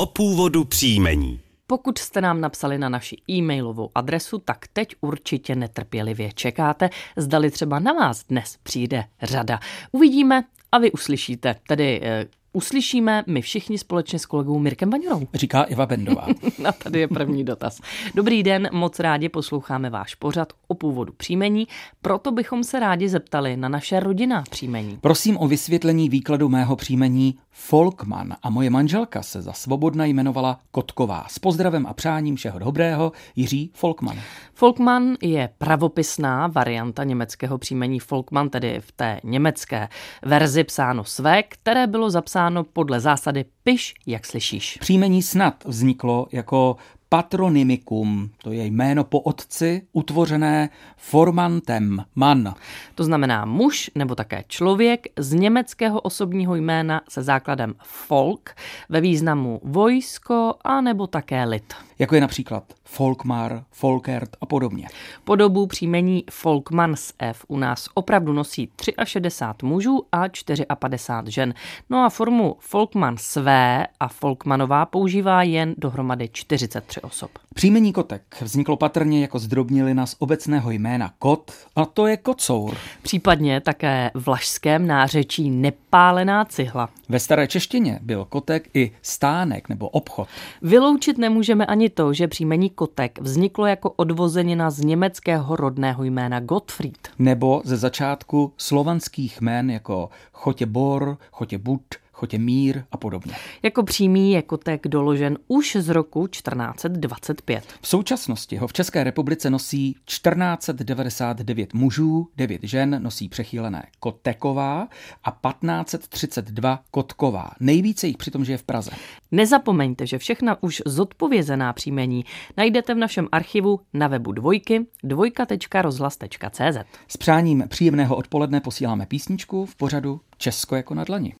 o původu příjmení. Pokud jste nám napsali na naši e-mailovou adresu, tak teď určitě netrpělivě čekáte, zdali třeba na vás dnes přijde řada. Uvidíme a vy uslyšíte, uslyšíme my všichni společně s kolegou Mirkem Vaňurou. Říká Iva Bendová. A tady je první dotaz. Dobrý den, moc rádi posloucháme váš pořad o původu příjmení, proto bychom se rádi zeptali na naše rodinná příjmení. Prosím o vysvětlení výkladu mého příjmení Folkman a moje manželka se za svobodna jmenovala Kotková. S pozdravem a přáním všeho dobrého, Jiří Folkman. Folkman je pravopisná varianta německého příjmení Folkman, tedy v té německé verzi psáno své, které bylo zapsáno podle zásady piš, jak slyšíš. Příjmení snad vzniklo jako patronymicum, to je jméno po otci, utvořené formantem man. To znamená muž nebo také člověk z německého osobního jména se základem Volk ve významu vojsko a nebo také lid. Jako je například Folkmar, Folkert a podobně. Podobu příjmení Folkman s F u nás opravdu nosí 63 mužů a 54 žen. No a formu Folkman své a Folkmanová používá jen dohromady 43 osob. Příjmení Kotek vzniklo patrně jako zdrobnělina z obecného jména Kot, a to je kocour. Případně také v vlašském nářečí nepálená cihla. Ve staré češtině byl Kotek i stánek nebo obchod. Vyloučit nemůžeme ani to, že příjmení Kotek vzniklo jako odvozenina z německého rodného jména Gottfried. Nebo ze začátku slovanských jmén jako Chotěbor, Chotěbud, Chotěmír a podobně. Jako přímý je Kotek doložen už z roku 1425. V současnosti ho v České republice nosí 1499 mužů, 9 žen nosí přechýlené Koteková a 1532 Kotková. Nejvíce jich přitom žije v Praze. Nezapomeňte, že všechna už zodpovězená příjmení najdete v našem archivu na webu dvojka.rozhlas.cz. S přáním příjemného odpoledne posíláme písničku v pořadu Česko jako na dlani.